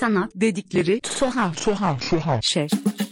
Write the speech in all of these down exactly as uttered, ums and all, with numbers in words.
Sanat dedikleri tuhaf tuhaf tuhaf şey.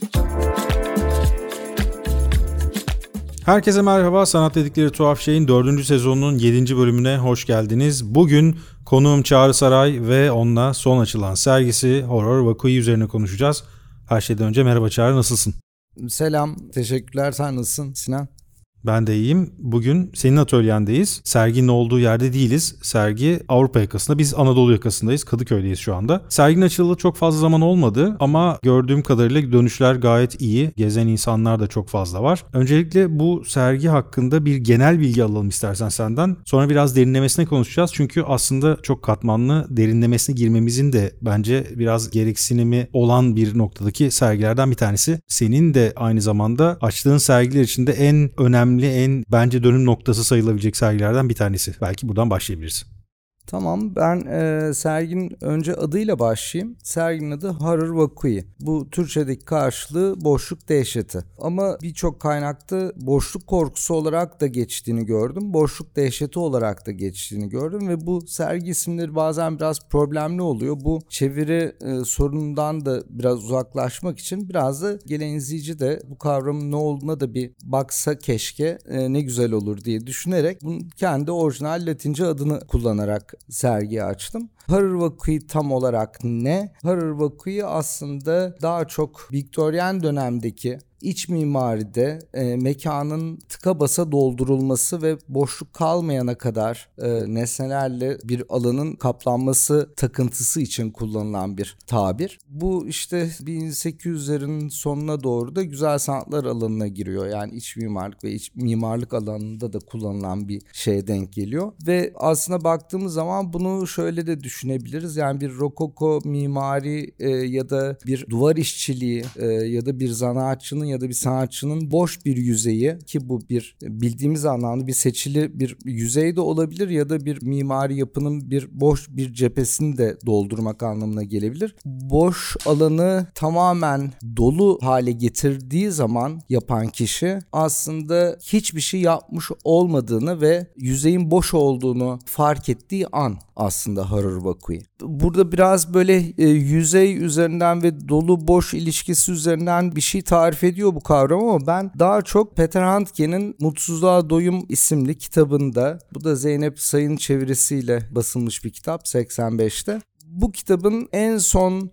Herkese merhaba. Sanat dedikleri tuhaf şeyin dördüncü sezonunun yedinci bölümüne hoş geldiniz. Bugün konuğum Çağrı Saray ve onunla son açılan sergisi Horror Vakui üzerine konuşacağız. Her şeyden önce merhaba Çağrı, nasılsın? Selam, teşekkürler. Sen nasılsın Sinan? Ben de iyiyim. Bugün senin atölyendeyiz. Serginin olduğu yerde değiliz. Sergi Avrupa yakasında. Biz Anadolu yakasındayız. Kadıköy'deyiz şu anda. Serginin açılalı çok fazla zaman olmadı ama gördüğüm kadarıyla dönüşler gayet iyi. Gezen insanlar da çok fazla var. Öncelikle bu sergi hakkında bir genel bilgi alalım istersen senden. Sonra biraz derinlemesine konuşacağız. Çünkü aslında çok katmanlı, derinlemesine girmemizin de bence biraz gereksinimi olan bir noktadaki sergilerden bir tanesi. Senin de aynı zamanda açtığın sergiler içinde en önemli en bence dönüm noktası sayılabilecek sergilerden bir tanesi. Belki buradan başlayabiliriz. Tamam, ben e, serginin önce adıyla başlayayım. Serginin adı Horror Vakui. Bu Türkçedeki karşılığı boşluk dehşeti. Ama birçok kaynakta boşluk korkusu olarak da geçtiğini gördüm. Boşluk dehşeti olarak da geçtiğini gördüm ve bu sergi isimleri bazen biraz problemli oluyor. Bu çeviri e, sorunundan da biraz uzaklaşmak için biraz da gelen izleyici de bu kavramın ne olduğuna da bir baksa keşke e, ne güzel olur diye düşünerek bunun kendi orijinal Latince adını kullanarak sergiyi açtım. Horror Vakui tam olarak ne? Horror Vakui aslında daha çok Viktoryen dönemdeki İç mimaride e, mekanın tıka basa doldurulması ve boşluk kalmayana kadar e, nesnelerle bir alanın kaplanması takıntısı için kullanılan bir tabir. Bu işte bin sekiz yüzlerin sonuna doğru da güzel sanatlar alanına giriyor. Yani iç mimarlık ve iç mimarlık alanında da kullanılan bir şeye denk geliyor. Ve aslında baktığımız zaman bunu şöyle de düşünebiliriz. Yani bir rokoko mimari e, ya da bir duvar işçiliği e, ya da bir zanaatçının ya da bir sanatçının boş bir yüzeyi, ki bu bir bildiğimiz anlamda bir seçili bir yüzey de olabilir ya da bir mimari yapının bir boş bir cephesini de doldurmak anlamına gelebilir. Boş alanı tamamen dolu hale getirdiği zaman yapan kişi aslında hiçbir şey yapmış olmadığını ve yüzeyin boş olduğunu fark ettiği an aslında Horror Vakui. Burada biraz böyle e, yüzey üzerinden ve dolu boş ilişkisi üzerinden bir şey tarif ediyor bu kavram ama ben daha çok Peter Handke'nin Mutsuzluğa Doyum isimli kitabında, bu da Zeynep Sayın çevirisiyle basılmış bir kitap seksen beşte. Bu kitabın en son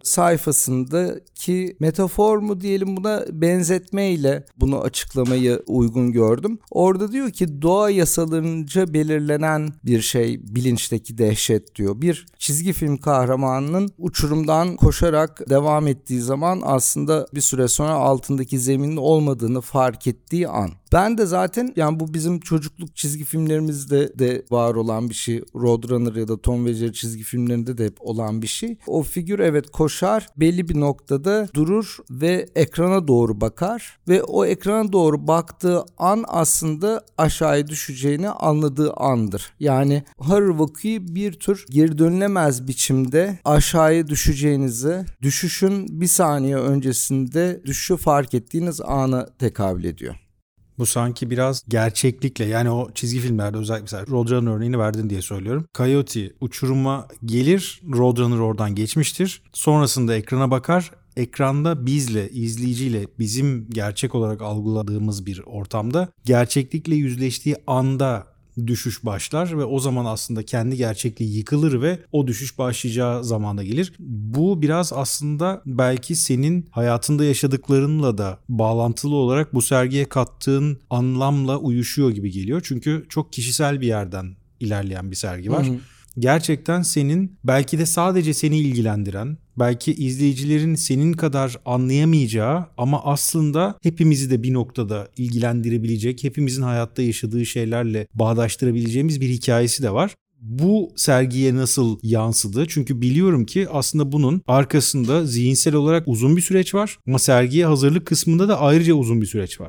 sayfasındaki metafor mu diyelim, buna benzetmeyle bunu açıklamayı uygun gördüm. Orada diyor ki doğa yasalarınca belirlenen bir şey bilinçteki dehşet diyor. Bir çizgi film kahramanının uçurumdan koşarak devam ettiği zaman aslında bir süre sonra altındaki zeminin olmadığını fark ettiği an. Ben de zaten yani bu bizim çocukluk çizgi filmlerimizde de var olan bir şey. Roadrunner ya da Tom ve Jerry çizgi filmlerinde de hep olan bir şey. O figür evet koşar, belli bir noktada durur ve ekrana doğru bakar ve o ekrana doğru baktığı an aslında aşağıya düşeceğini anladığı andır. Yani Horror Vakui bir tür geri dönülemez biçimde aşağıya düşeceğinizi, düşüşün bir saniye öncesinde düşüşü fark ettiğiniz ana tekabül ediyor. Bu sanki biraz gerçeklikle, yani o çizgi filmlerde özellikle mesela Roadrunner örneğini verdin diye söylüyorum. Coyote uçuruma gelir, Roadrunner oradan geçmiştir. Sonrasında ekrana bakar. Ekranda bizle, izleyiciyle bizim gerçek olarak algıladığımız bir ortamda gerçeklikle yüzleştiği anda düşüş başlar ve o zaman aslında kendi gerçekliği yıkılır ve o düşüş başlayacağı zamanda gelir. Bu biraz aslında belki senin hayatında yaşadıklarınla da bağlantılı olarak bu sergiye kattığın anlamla uyuşuyor gibi geliyor. Çünkü çok kişisel bir yerden ilerleyen bir sergi var. Hı hı. Gerçekten senin, belki de sadece seni ilgilendiren, belki izleyicilerin senin kadar anlayamayacağı ama aslında hepimizi de bir noktada ilgilendirebilecek, hepimizin hayatta yaşadığı şeylerle bağdaştırabileceğimiz bir hikayesi de var. Bu sergiye nasıl yansıdı? Çünkü biliyorum ki aslında bunun arkasında zihinsel olarak uzun bir süreç var ama sergiye hazırlık kısmında da ayrıca uzun bir süreç var.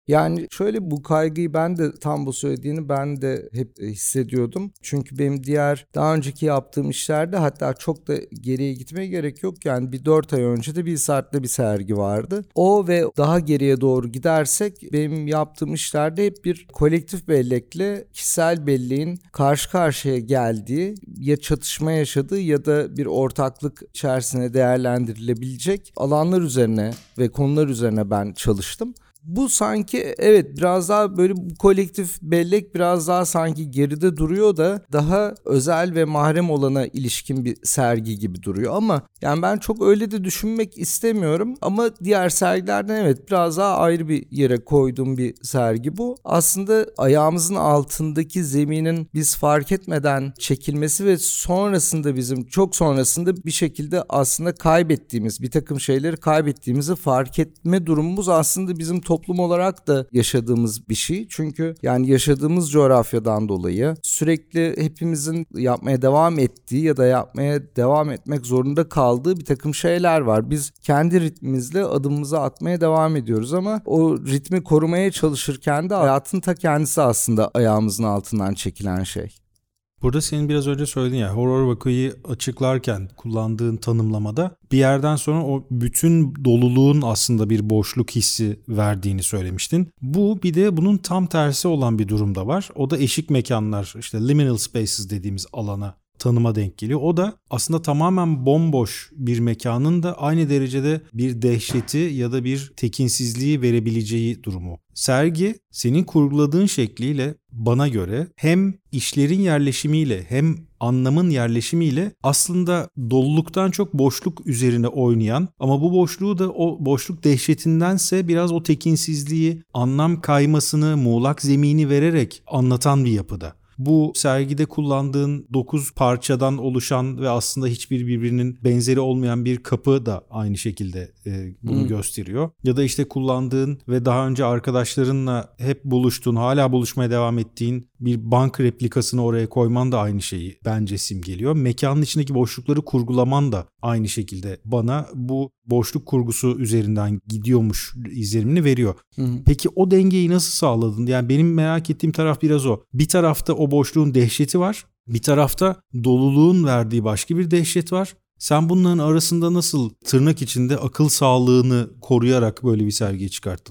Yani şöyle, bu kaygıyı ben de, tam bu söylediğini ben de hep hissediyordum. Çünkü benim diğer daha önceki yaptığım işlerde, hatta çok da geriye gitmeye gerek yok. Yani bir dört ay önce de bir saatte bir sergi vardı. O ve daha geriye doğru gidersek benim yaptığım işlerde hep bir kolektif bellekle kişisel belleğin karşı karşıya geldiği, ya çatışma yaşadığı ya da bir ortaklık içerisine değerlendirilebilecek alanlar üzerine ve konular üzerine ben çalıştım. Bu sanki evet biraz daha böyle, bu kolektif bellek biraz daha sanki geride duruyor da daha özel ve mahrem olana ilişkin bir sergi gibi duruyor. Ama yani ben çok öyle de düşünmek istemiyorum. Ama diğer sergilerden evet biraz daha ayrı bir yere koyduğum bir sergi bu. Aslında ayağımızın altındaki zeminin biz fark etmeden çekilmesi ve sonrasında, bizim çok sonrasında bir şekilde aslında kaybettiğimiz, bir takım şeyleri kaybettiğimizi fark etme durumumuz aslında bizim toplum olarak da yaşadığımız bir şey. Çünkü yani yaşadığımız coğrafyadan dolayı sürekli hepimizin yapmaya devam ettiği ya da yapmaya devam etmek zorunda kaldığı bir takım şeyler var. Biz kendi ritmimizle adımımızı atmaya devam ediyoruz ama o ritmi korumaya çalışırken de hayatın ta kendisi aslında ayağımızın altından çekilen şey. Burada senin biraz önce söylediğin ya, horror vakayı açıklarken kullandığın tanımlamada bir yerden sonra o bütün doluluğun aslında bir boşluk hissi verdiğini söylemiştin. Bu bir de bunun tam tersi olan bir durum da var. O da eşik mekanlar, işte liminal spaces dediğimiz alana, tanıma denk geliyor. O da aslında tamamen bomboş bir mekanın da aynı derecede bir dehşeti ya da bir tekinsizliği verebileceği durumu. Sergi senin kurguladığın şekliyle bana göre hem işlerin yerleşimiyle hem anlamın yerleşimiyle aslında doluluktan çok boşluk üzerine oynayan, ama bu boşluğu da o boşluk dehşetindense biraz o tekinsizliği, anlam kaymasını, muğlak zemini vererek anlatan bir yapıda. Bu sergide kullandığın dokuz parçadan oluşan ve aslında hiçbir birbirinin benzeri olmayan bir kapı da aynı şekilde e, bunu hmm. gösteriyor. Ya da işte kullandığın ve daha önce arkadaşlarınla hep buluştuğun, hala buluşmaya devam ettiğin bir bank replikasını oraya koyman da aynı şeyi bence simgeliyor. Mekanın içindeki boşlukları kurgulaman da aynı şekilde bana bu boşluk kurgusu üzerinden gidiyormuş izlenimini veriyor. Hı hı. Peki o dengeyi nasıl sağladın? Yani benim merak ettiğim taraf biraz o. Bir tarafta o boşluğun dehşeti var. Bir tarafta doluluğun verdiği başka bir dehşet var. Sen bunların arasında nasıl tırnak içinde akıl sağlığını koruyarak böyle bir sergiyi çıkarttın?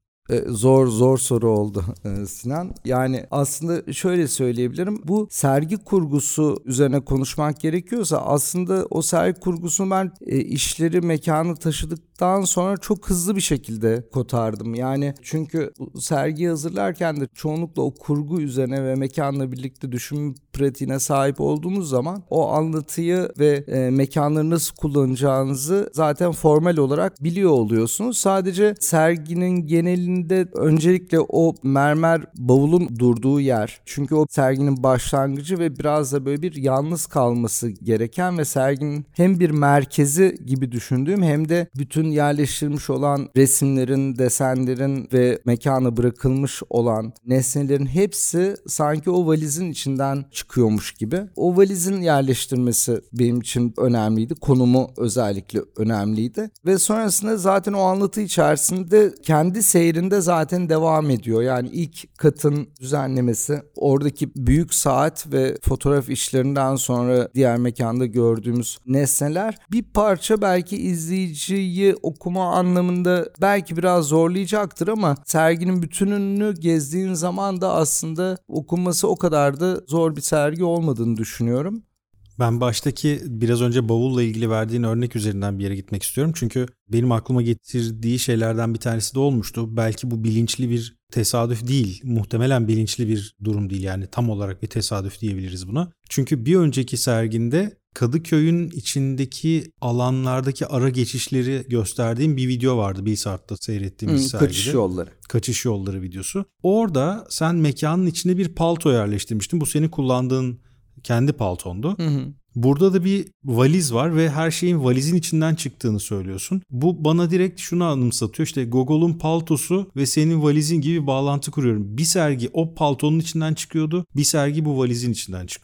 Zor zor soru oldu Sinan. Yani aslında şöyle söyleyebilirim. Bu sergi kurgusu üzerine konuşmak gerekiyorsa aslında o sergi kurgusunu ben işleri mekana taşıdıktan sonra çok hızlı bir şekilde kotardım. Yani çünkü sergiyi hazırlarken de çoğunlukla o kurgu üzerine ve mekanla birlikte düşünme pratiğine sahip olduğunuz zaman o anlatıyı ve e, mekanları nasıl kullanacağınızı zaten formal olarak biliyor oluyorsunuz. Sadece serginin genelinde öncelikle o mermer bavulun durduğu yer. Çünkü o serginin başlangıcı ve biraz da böyle bir yalnız kalması gereken ve serginin hem bir merkezi gibi düşündüğüm hem de bütün yerleştirilmiş olan resimlerin, desenlerin ve mekana bırakılmış olan nesnelerin hepsi sanki o valizin içinden çıkıyormuş gibi. O valizin yerleştirmesi benim için önemliydi. Konumu özellikle önemliydi. Ve sonrasında zaten o anlatı içerisinde kendi seyrinde zaten devam ediyor. Yani ilk katın düzenlemesi, oradaki büyük saat ve fotoğraf işlerinden sonra diğer mekanda gördüğümüz nesneler bir parça belki izleyiciyi okuma anlamında belki biraz zorlayacaktır ama serginin bütününü gezdiğin zaman da aslında okunması o kadar da zor bir sergi olmadığını düşünüyorum. Ben baştaki biraz önce bavulla ilgili verdiğin örnek üzerinden bir yere gitmek istiyorum. Çünkü benim aklıma getirdiği şeylerden bir tanesi de olmuştu. Belki bu bilinçli bir tesadüf değil. Muhtemelen bilinçli bir durum değil. Yani tam olarak bir tesadüf diyebiliriz buna. Çünkü bir önceki serginde Kadıköy'ün içindeki alanlardaki ara geçişleri gösterdiğim bir video vardı. Bir saatte seyrettiğimiz hmm, sergide. Kaçış yolları. Kaçış yolları videosu. Orada sen mekanın içine bir palto yerleştirmiştin. Bu senin kullandığın kendi paltondu. Hı hı. Burada da bir valiz var ve her şeyin valizin içinden çıktığını söylüyorsun. Bu bana direkt şunu anımsatıyor. İşte Gogol'un paltosu ve senin valizin gibi bir bağlantı kuruyorum. Bir sergi o paltonun içinden çıkıyordu. Bir sergi bu valizin içinden çıkıyor.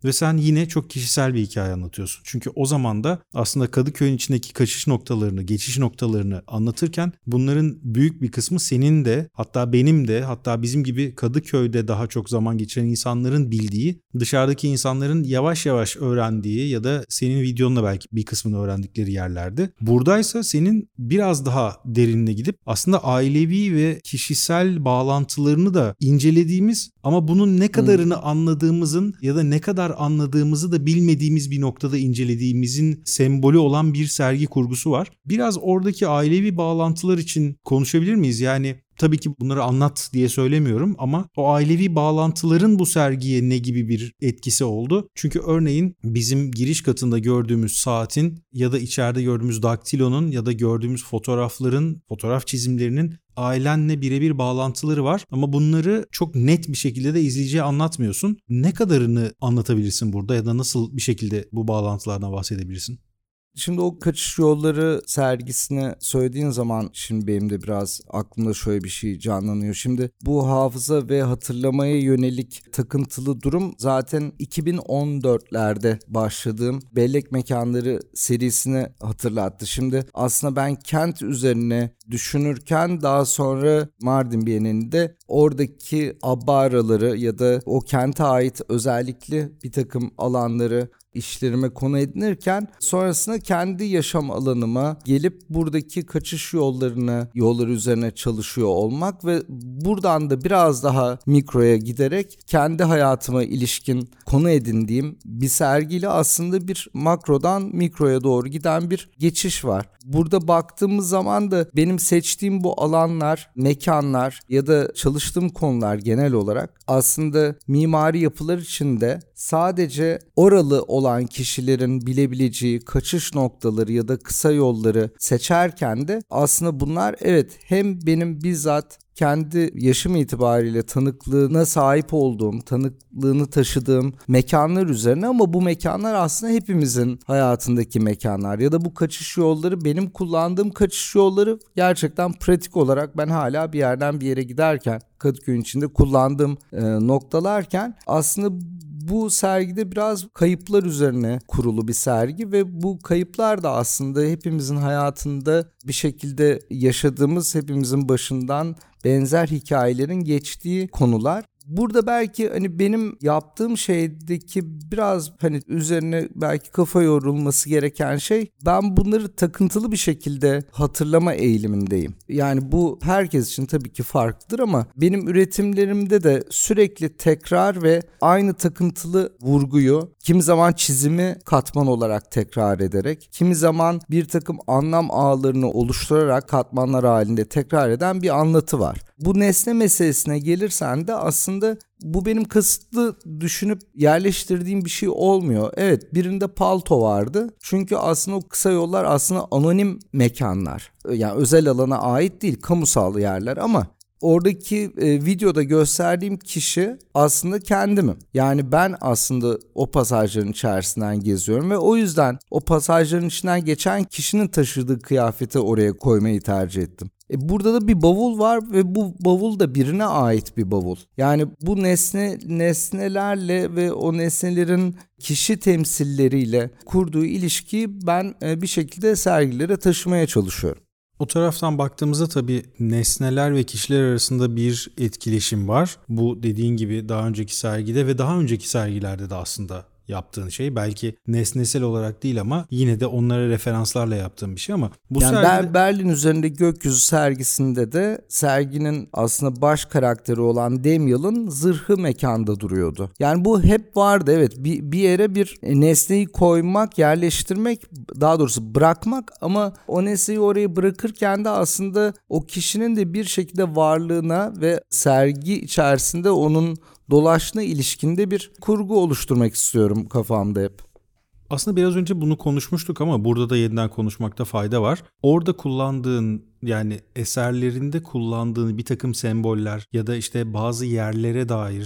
ve sen yine çok kişisel bir hikaye anlatıyorsun. Çünkü o zaman da aslında Kadıköy'ün içindeki kaçış noktalarını, geçiş noktalarını anlatırken bunların büyük bir kısmı senin de, hatta benim de, hatta bizim gibi Kadıköy'de daha çok zaman geçiren insanların bildiği, dışarıdaki insanların yavaş yavaş öğrendiği ya da senin videonla belki bir kısmını öğrendikleri yerlerdi. Buradaysa senin biraz daha derinine gidip aslında ailevi ve kişisel bağlantılarını da incelediğimiz ama bunun ne kadarını hmm. anladığımızın ya da ne kadar anladığımızı da bilmediğimiz bir noktada incelediğimizin sembolü olan bir sergi kurgusu var. Biraz oradaki ailevi bağlantılar için konuşabilir miyiz? Yani tabii ki bunları anlat diye söylemiyorum ama o ailevi bağlantıların bu sergiye ne gibi bir etkisi oldu? Çünkü örneğin bizim giriş katında gördüğümüz saatin ya da içeride gördüğümüz daktilonun ya da gördüğümüz fotoğrafların, fotoğraf çizimlerinin ailenle birebir bağlantıları var ama bunları çok net bir şekilde de izleyiciye anlatmıyorsun. Ne kadarını anlatabilirsin burada ya da nasıl bir şekilde bu bağlantılardan bahsedebilirsin? Şimdi o kaçış yolları sergisini söylediğin zaman şimdi benim de biraz aklımda şöyle bir şey canlanıyor. Şimdi bu hafıza ve hatırlamaya yönelik takıntılı durum zaten iki bin on dörtlerde başladığım Bellek Mekanları serisini hatırlattı. Şimdi aslında ben kent üzerine düşünürken daha sonra Mardin Bienalinde oradaki abbaraları ya da o kente ait özellikle bir takım alanları işlerime konu edinirken sonrasında kendi yaşam alanıma gelip buradaki kaçış yollarını, yolları üzerine çalışıyor olmak ve buradan da biraz daha mikroya giderek kendi hayatıma ilişkin konu edindiğim bir sergiyle aslında bir makrodan mikroya doğru giden bir geçiş var. Burada baktığımız zaman da benim seçtiğim bu alanlar, mekanlar ya da çalıştığım konular genel olarak aslında mimari yapılar içinde sadece oralı olan kişilerin bilebileceği kaçış noktaları ya da kısa yolları seçerken de aslında bunlar evet hem benim bizzat kendi yaşım itibariyle tanıklığına sahip olduğum, tanıklığını taşıdığım mekanlar üzerine ama bu mekanlar aslında hepimizin hayatındaki mekanlar ya da bu kaçış yolları benim kullandığım kaçış yolları gerçekten pratik olarak ben hala bir yerden bir yere giderken Kadıköy'ün içinde kullandığım e, noktalarken aslında bu sergide biraz kayıplar üzerine kurulu bir sergi ve bu kayıplar da aslında hepimizin hayatında bir şekilde yaşadığımız, hepimizin başından benzer hikayelerin geçtiği konular. Burada belki hani benim yaptığım şeydeki biraz hani üzerine belki kafa yorulması gereken şey ben bunları takıntılı bir şekilde hatırlama eğilimindeyim. Yani bu herkes için tabii ki farklıdır ama benim üretimlerimde de sürekli tekrar ve aynı takıntılı vurguyu kimi zaman çizimi katman olarak tekrar ederek, kimi zaman bir takım anlam ağlarını oluşturarak katmanlar halinde tekrar eden bir anlatı var. Bu nesne meselesine gelirsen de aslında bu benim kasıtlı düşünüp yerleştirdiğim bir şey olmuyor. Evet, birinde palto vardı. Çünkü aslında o kısa yollar aslında anonim mekanlar. Yani özel alana ait değil, kamusal yerler ama oradaki e, videoda gösterdiğim kişi aslında kendimim. Yani ben aslında o pasajların içerisinden geziyorum ve o yüzden o pasajların içinden geçen kişinin taşıdığı kıyafeti oraya koymayı tercih ettim. E burada da bir bavul var ve bu bavul da birine ait bir bavul. Yani bu nesne nesnelerle ve o nesnelerin kişi temsilleriyle kurduğu ilişkiyi ben e, bir şekilde sergilere taşımaya çalışıyorum. O taraftan baktığımızda tabii nesneler ve kişiler arasında bir etkileşim var. Bu dediğin gibi daha önceki sergide ve daha önceki sergilerde de aslında yaptığın şey. Belki nesnesel olarak değil ama yine de onlara referanslarla yaptığın bir şey ama bu yani sergide... Berlin üzerinde gökyüzü sergisinde de serginin aslında baş karakteri olan Damiel'ın zırhı mekanda duruyordu. Yani bu hep vardı evet bir, bir yere bir nesneyi koymak, yerleştirmek, daha doğrusu bırakmak ama o nesneyi oraya bırakırken de aslında o kişinin de bir şekilde varlığına ve sergi içerisinde onun dolaşına ilişkinde bir kurgu oluşturmak istiyorum kafamda hep. Aslında biraz önce bunu konuşmuştuk ama burada da yeniden konuşmakta fayda var. Orada kullandığın yani eserlerinde kullandığın bir takım semboller ya da işte bazı yerlere dair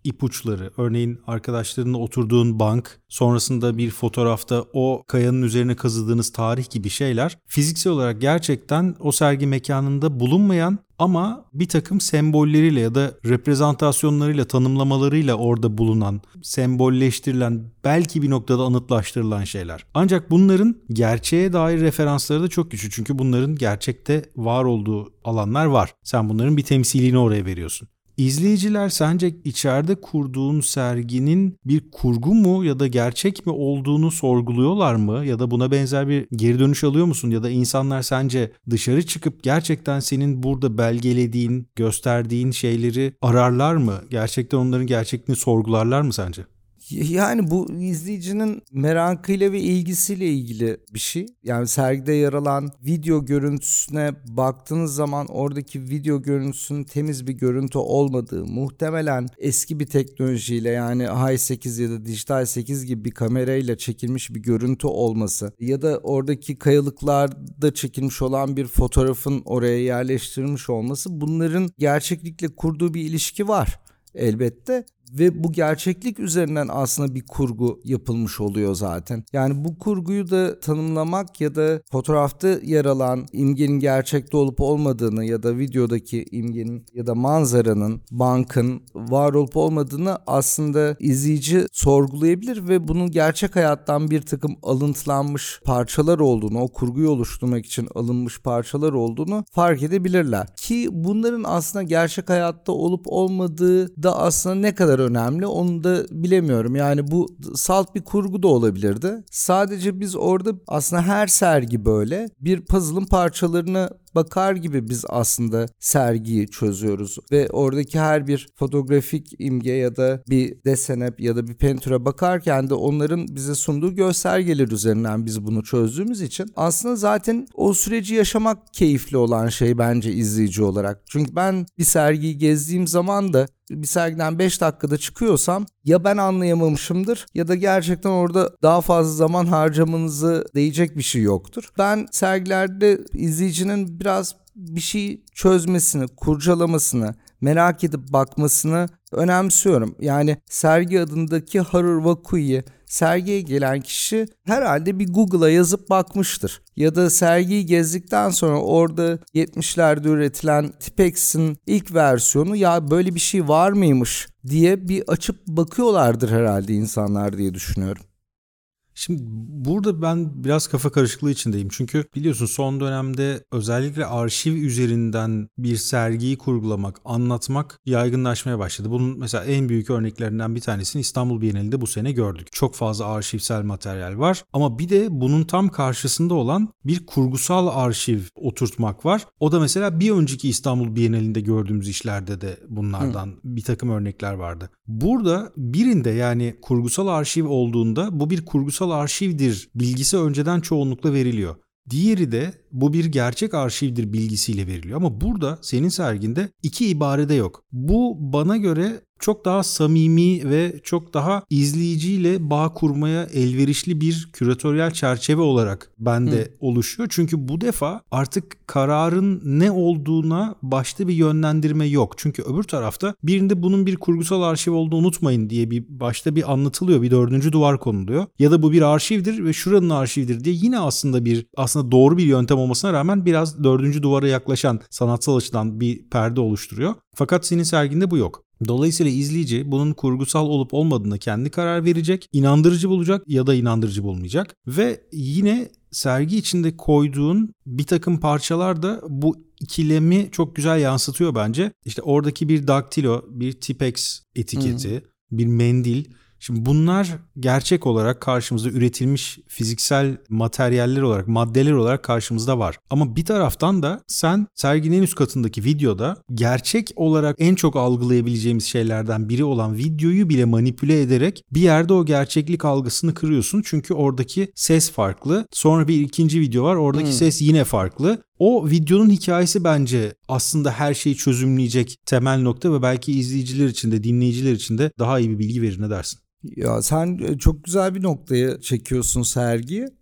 ipuçları, örneğin arkadaşlarınla oturduğun bank, sonrasında bir fotoğrafta o kayanın üzerine kazıdığınız tarih gibi şeyler fiziksel olarak gerçekten o sergi mekanında bulunmayan ama bir takım sembolleriyle ya da reprezentasyonlarıyla, tanımlamalarıyla orada bulunan, sembolleştirilen, belki bir noktada anıtlaştırılan şeyler. Ancak bunların gerçeğe dair referansları da çok güçlü. Çünkü bunların gerçekte var olduğu alanlar var. Sen bunların bir temsilini oraya veriyorsun. İzleyiciler sence içeride kurduğun serginin bir kurgu mu ya da gerçek mi olduğunu sorguluyorlar mı? Ya da buna benzer bir geri dönüş alıyor musun? Ya da insanlar sence dışarı çıkıp gerçekten senin burada belgelediğin, gösterdiğin şeyleri ararlar mı? Gerçekten onların gerçekliğini sorgularlar mı sence? Yani bu izleyicinin merakıyla ve ilgisiyle ilgili bir şey. Yani sergide yer alan video görüntüsüne baktığınız zaman oradaki video görüntüsünün temiz bir görüntü olmadığı, muhtemelen eski bir teknolojiyle, yani High sekiz ya da Dijital sekiz gibi bir kamerayla çekilmiş bir görüntü olması ya da oradaki kayalıklarda çekilmiş olan bir fotoğrafın oraya yerleştirilmiş olması, bunların gerçeklikle kurduğu bir ilişki var elbette. Ve bu gerçeklik üzerinden aslında bir kurgu yapılmış oluyor zaten. Yani bu kurguyu da tanımlamak ya da fotoğrafta yer alan imgenin gerçekte olup olmadığını ya da videodaki imgenin ya da manzaranın, bankın var olup olmadığını aslında izleyici sorgulayabilir ve bunun gerçek hayattan bir takım alıntılanmış parçalar olduğunu, o kurguyu oluşturmak için alınmış parçalar olduğunu fark edebilirler. Ki bunların aslında gerçek hayatta olup olmadığı da aslında ne kadar önemli onu da bilemiyorum. Yani bu salt bir kurgu da olabilirdi. Sadece biz orada aslında her sergi böyle bir puzzle'ın parçalarını bakar gibi biz aslında sergiyi çözüyoruz ve oradaki her bir fotoğrafik imge ya da bir desene ya da bir pentüre bakarken de onların bize sunduğu göstergeler üzerinden biz bunu çözdüğümüz için aslında zaten o süreci yaşamak keyifli olan şey bence izleyici olarak. Çünkü ben bir sergiyi gezdiğim zaman da bir sergiden beş dakikada çıkıyorsam ya ben anlayamamışımdır ya da gerçekten orada daha fazla zaman harcamanızı değecek bir şey yoktur. Ben sergilerde izleyicinin biraz bir şey çözmesini, kurcalamasını, merak edip bakmasını önemsiyorum. Yani sergi adındaki Haru Wakui'yi sergiye gelen kişi herhalde bir Google'a yazıp bakmıştır. Ya da sergiyi gezdikten sonra orada yetmişlerde üretilen Tipex'in ilk versiyonu, ya böyle bir şey var mıymış diye bir açıp bakıyorlardır herhalde insanlar diye düşünüyorum. Şimdi burada ben biraz kafa karışıklığı içindeyim. Çünkü biliyorsun son dönemde özellikle arşiv üzerinden bir sergiyi kurgulamak, anlatmak yaygınlaşmaya başladı. Bunun mesela en büyük örneklerinden bir tanesini İstanbul Bienalinde bu sene gördük. Çok fazla arşivsel materyal var ama bir de bunun tam karşısında olan bir kurgusal arşiv oturtmak var. O da mesela bir önceki İstanbul Bienalinde gördüğümüz işlerde de bunlardan Hı. bir takım örnekler vardı. Burada birinde, yani kurgusal arşiv olduğunda bu bir kurgusal arşivdir bilgisi önceden çoğunlukla veriliyor. Diğeri de bu bir gerçek arşivdir bilgisiyle veriliyor. Ama burada senin serginde iki ibarede yok. Bu bana göre çok daha samimi ve çok daha izleyiciyle bağ kurmaya elverişli bir küratöryel çerçeve olarak bende Hı. oluşuyor. Çünkü bu defa artık kararın ne olduğuna başta bir yönlendirme yok. Çünkü öbür tarafta birinde bunun bir kurgusal arşiv olduğunu unutmayın diye bir başta bir anlatılıyor. Bir dördüncü duvar konuluyor. Ya da bu bir arşivdir ve şuranın arşivdir diye yine aslında bir aslında doğru bir yöntem olmasına rağmen biraz dördüncü duvara yaklaşan sanatsal açıdan bir perde oluşturuyor. Fakat senin serginde bu yok. Dolayısıyla izleyici bunun kurgusal olup olmadığına kendi karar verecek, inandırıcı bulacak ya da inandırıcı bulmayacak ve yine sergi içinde koyduğun bir takım parçalar da bu ikilemi çok güzel yansıtıyor bence. İşte oradaki bir daktilo, bir Tipex etiketi, hmm. bir mendil. Şimdi bunlar gerçek olarak karşımızda üretilmiş fiziksel materyaller olarak, maddeler olarak karşımızda var. Ama bir taraftan da sen serginin en üst katındaki videoda gerçek olarak en çok algılayabileceğimiz şeylerden biri olan videoyu bile manipüle ederek bir yerde o gerçeklik algısını kırıyorsun. Çünkü oradaki ses farklı. Sonra bir ikinci video var, oradaki hmm. ses yine farklı. O videonun hikayesi bence aslında her şeyi çözümleyecek temel nokta ve belki izleyiciler için de dinleyiciler için de daha iyi bir bilgi verir, ne dersin? Ya sen çok güzel bir noktaya çekiyorsun sergiyi.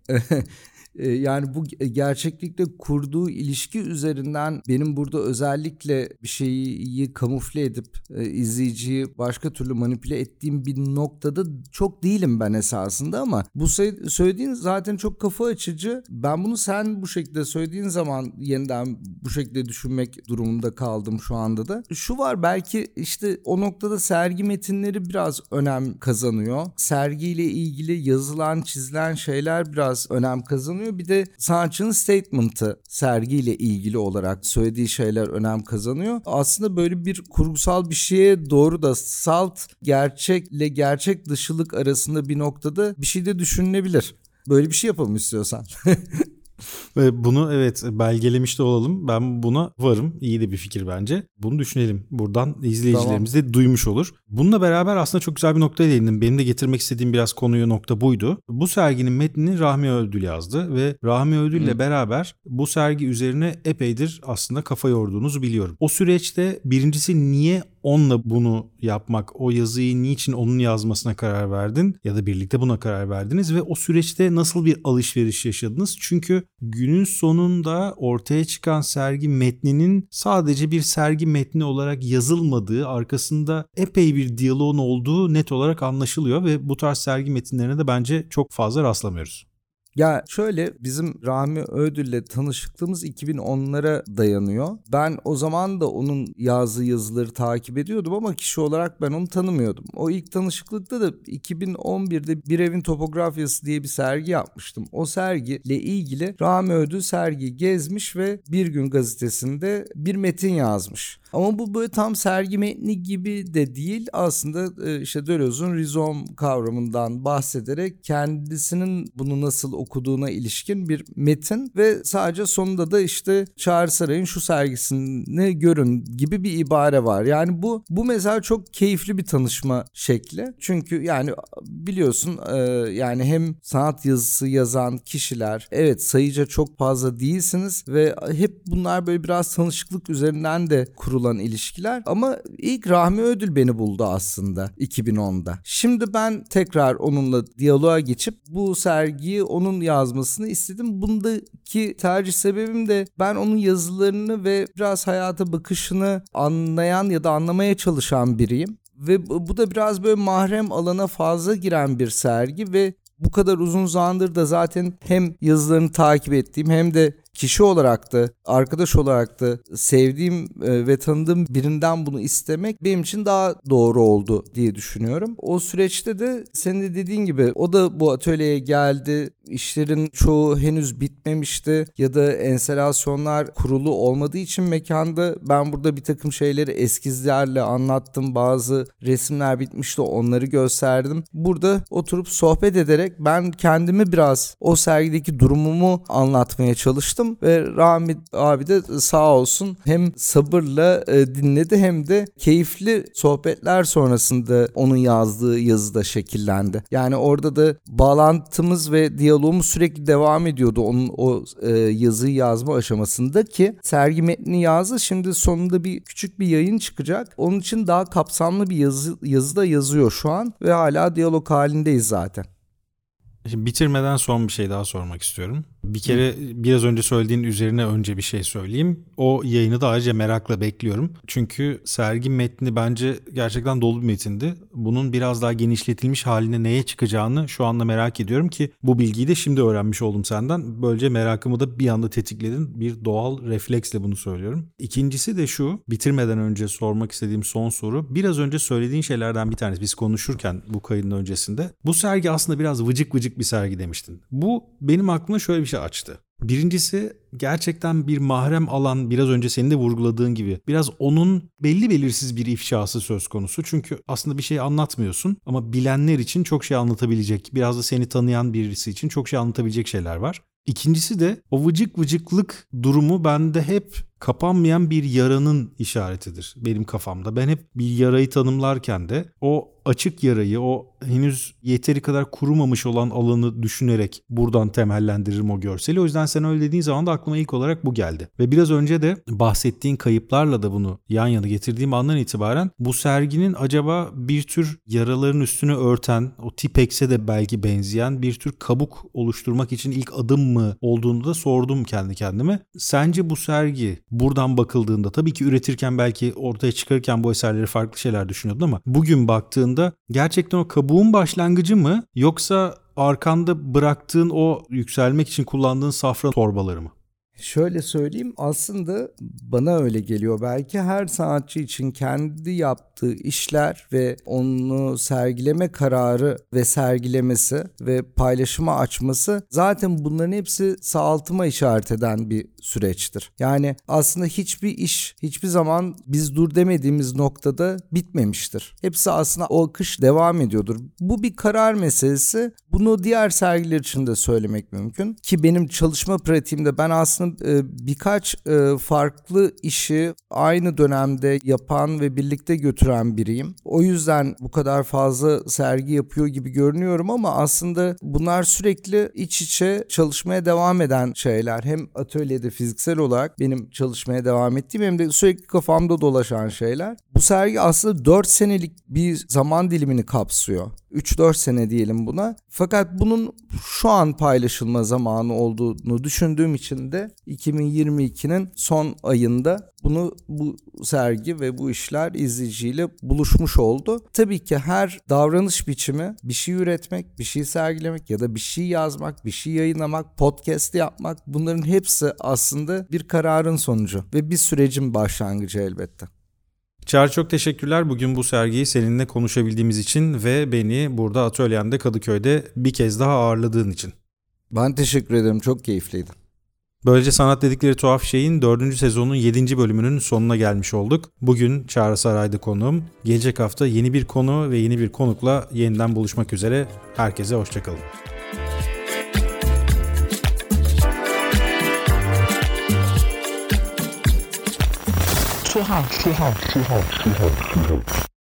Yani bu gerçeklikle kurduğu ilişki üzerinden benim burada özellikle bir şeyi kamufle edip izleyiciyi başka türlü manipüle ettiğim bir noktada çok değilim ben esasında, ama bu söylediğin zaten çok kafa açıcı. Ben bunu sen bu şekilde söylediğin zaman yeniden bu şekilde düşünmek durumunda kaldım şu anda da. Şu var, belki işte o noktada sergi metinleri biraz önem kazanıyor. Sergiyle ilgili yazılan, çizilen şeyler biraz önem kazanıyor. Bir de sanatçının statement'ı sergiyle ilgili olarak söylediği şeyler önem kazanıyor. Aslında böyle bir kurgusal bir şeye doğru da salt gerçekle gerçek dışılık arasında bir noktada bir şey de düşünülebilir. Böyle bir şey yapalım istiyorsan. Ve bunu evet belgelemiş de olalım. Ben buna varım. İyi de bir fikir bence. Bunu düşünelim. Buradan izleyicilerimiz tamam. de duymuş olur. Bununla beraber aslında çok güzel bir noktaya değindim. Benim de getirmek istediğim biraz konuyu nokta buydu. Bu serginin metnini Rahmi Ödül yazdı ve Rahmi Ödül'le hmm. beraber bu sergi üzerine epeydir aslında kafa yorduğunuzu biliyorum. O süreçte birincisi niye onunla bunu yapmak, o yazıyı niçin onun yazmasına karar verdin ya da birlikte buna karar verdiniz ve o süreçte nasıl bir alışveriş yaşadınız? Çünkü günün sonunda ortaya çıkan sergi metninin sadece bir sergi metni olarak yazılmadığı, arkasında epey bir diyaloğun olduğu net olarak anlaşılıyor ve bu tarz sergi metinlerine de bence çok fazla rastlamıyoruz. Ya şöyle, bizim Rahmi Ödül'le tanışıklığımız iki bin onlara dayanıyor. Ben o zaman da onun yazdığı yazıları takip ediyordum ama kişi olarak ben onu tanımıyordum. O ilk tanışıklıkta da iki bin on birde Bir Evin Topografyası diye bir sergi yapmıştım. O sergiyle ilgili Rahmi Ödül sergiyi gezmiş ve Bir Gün gazetesinde bir metin yazmış. Ama bu böyle tam sergi metni gibi de değil. Aslında işte Deleuze'un rizom kavramından bahsederek kendisinin bunu nasıl okuduğuna ilişkin bir metin ve sadece sonunda da işte Çağrı Saray'ın şu sergisini görün gibi bir ibare var. Yani bu bu mesela çok keyifli bir tanışma şekli. Çünkü yani biliyorsun yani hem sanat yazısı yazan kişiler, evet sayıca çok fazla değilsiniz ve hep bunlar böyle biraz tanışıklık üzerinden de kurulan ilişkiler, ama ilk Rahmi Ödül beni buldu aslında iki bin onda. Şimdi ben tekrar onunla diyaloğa geçip bu sergiyi onun yazmasını istedim. Bundaki tercih sebebim de ben onun yazılarını ve biraz hayata bakışını anlayan ya da anlamaya çalışan biriyim. Ve bu da biraz böyle mahrem alana fazla giren bir sergi ve bu kadar uzun zamandır da zaten hem yazılarını takip ettiğim hem de kişi olarak da arkadaş olarak da sevdiğim ve tanıdığım birinden bunu istemek benim için daha doğru oldu diye düşünüyorum. O süreçte de senin de dediğin gibi o da bu atölyeye geldi. İşlerin çoğu henüz bitmemişti ya da enstalasyonlar kurulu olmadığı için mekanda ben burada bir takım şeyleri eskizlerle anlattım. Bazı resimler bitmişti, onları gösterdim. Burada oturup sohbet ederek ben kendimi biraz o sergideki durumumu anlatmaya çalıştım. Ve Rahmi abi de sağ olsun hem sabırla e, dinledi hem de keyifli sohbetler sonrasında onun yazdığı yazıda şekillendi. Yani orada da bağlantımız ve diyalogumuz sürekli devam ediyordu onun o e, yazıyı yazma aşamasında ki sergi metnini yazdı. Şimdi sonunda bir küçük bir yayın çıkacak. Onun için daha kapsamlı bir yazı, yazı da yazıyor şu an ve hala diyalog halindeyiz zaten. Şimdi bitirmeden son bir şey daha sormak istiyorum. Bir kere Hı. biraz önce söylediğin üzerine önce bir şey söyleyeyim. O yayını da ayrıca merakla bekliyorum. Çünkü sergi metni bence gerçekten dolu bir metindi. Bunun biraz daha genişletilmiş haline neye çıkacağını şu anda merak ediyorum ki bu bilgiyi de şimdi öğrenmiş oldum senden. Böylece merakımı da bir anda tetikledin. Bir doğal refleksle bunu söylüyorum. İkincisi de şu, bitirmeden önce sormak istediğim son soru. Biraz önce söylediğin şeylerden bir tanesi biz konuşurken bu kaydın öncesinde. Bu sergi aslında biraz vıcık vıcık bir sergi demiştin. Bu benim aklıma şöyle bir şey açtı. Birincisi gerçekten bir mahrem alan, biraz önce senin de vurguladığın gibi biraz onun belli belirsiz bir ifşası söz konusu. Çünkü aslında bir şey anlatmıyorsun ama bilenler için çok şey anlatabilecek, biraz da seni tanıyan birisi için çok şey anlatabilecek şeyler var. İkincisi de o vıcık vıcıklık durumu bende hep kapanmayan bir yaranın işaretidir benim kafamda. Ben hep bir yarayı tanımlarken de o açık yarayı, o henüz yeteri kadar kurumamış olan alanı düşünerek buradan temellendiririm o görseli. O yüzden sen öyle dediğin zaman da aklıma ilk olarak bu geldi. Ve biraz önce de bahsettiğin kayıplarla da bunu yan yana getirdiğim andan itibaren bu serginin acaba bir tür yaraların üstünü örten, o Tipex'e de belki benzeyen bir tür kabuk oluşturmak için ilk adım mı olduğunu da sordum kendi kendime. Sence bu sergi buradan bakıldığında, tabii ki üretirken belki ortaya çıkarırken bu eserleri farklı şeyler düşünüyordun ama bugün baktığında gerçekten o kabuğun başlangıcı mı, yoksa arkanda bıraktığın o yükselmek için kullandığın safra torbaları mı? Şöyle söyleyeyim, aslında bana öyle geliyor. Belki her sanatçı için kendi yaptığı işler ve onu sergileme kararı ve sergilemesi ve paylaşıma açması, zaten bunların hepsi sağaltıma işaret eden bir süreçtir. Yani aslında hiçbir iş hiçbir zaman biz dur demediğimiz noktada bitmemiştir. Hepsi aslında o akış devam ediyordur. Bu bir karar meselesi. Bunu diğer sergiler için de söylemek mümkün. Ki benim çalışma pratiğimde ben aslında birkaç farklı işi aynı dönemde yapan ve birlikte götüren biriyim. O yüzden bu kadar fazla sergi yapıyor gibi görünüyorum ama aslında bunlar sürekli iç içe çalışmaya devam eden şeyler. Hem atölyede fiziksel olarak benim çalışmaya devam ettiğim hem de sürekli kafamda dolaşan şeyler. Bu sergi aslında dört senelik bir zaman dilimini kapsıyor. üç dört sene diyelim buna. Fakat bunun şu an paylaşılma zamanı olduğunu düşündüğüm için de iki bin yirmi ikinin son ayında bunu bu sergi ve bu işler izleyiciyle buluşmuş oldu. Tabii ki her davranış biçimi, bir şey üretmek, bir şey sergilemek ya da bir şey yazmak, bir şey yayınlamak, podcast yapmak, bunların hepsi aslında bir kararın sonucu ve bir sürecin başlangıcı elbette. Çağrı, çok teşekkürler bugün bu sergiyi seninle konuşabildiğimiz için ve beni burada atölyende Kadıköy'de bir kez daha ağırladığın için. Ben teşekkür ederim, çok keyifliydi. Böylece Sanat Dedikleri Tuhaf Şey'in dördüncü sezonun yedinci bölümünün sonuna gelmiş olduk. Bugün Çağrı Saray'da konuğum. Gelecek hafta yeni bir konu ve yeni bir konukla yeniden buluşmak üzere. Herkese hoşçakalın. Tuhaf, tuhaf, tuhaf, tuhaf, tuhaf.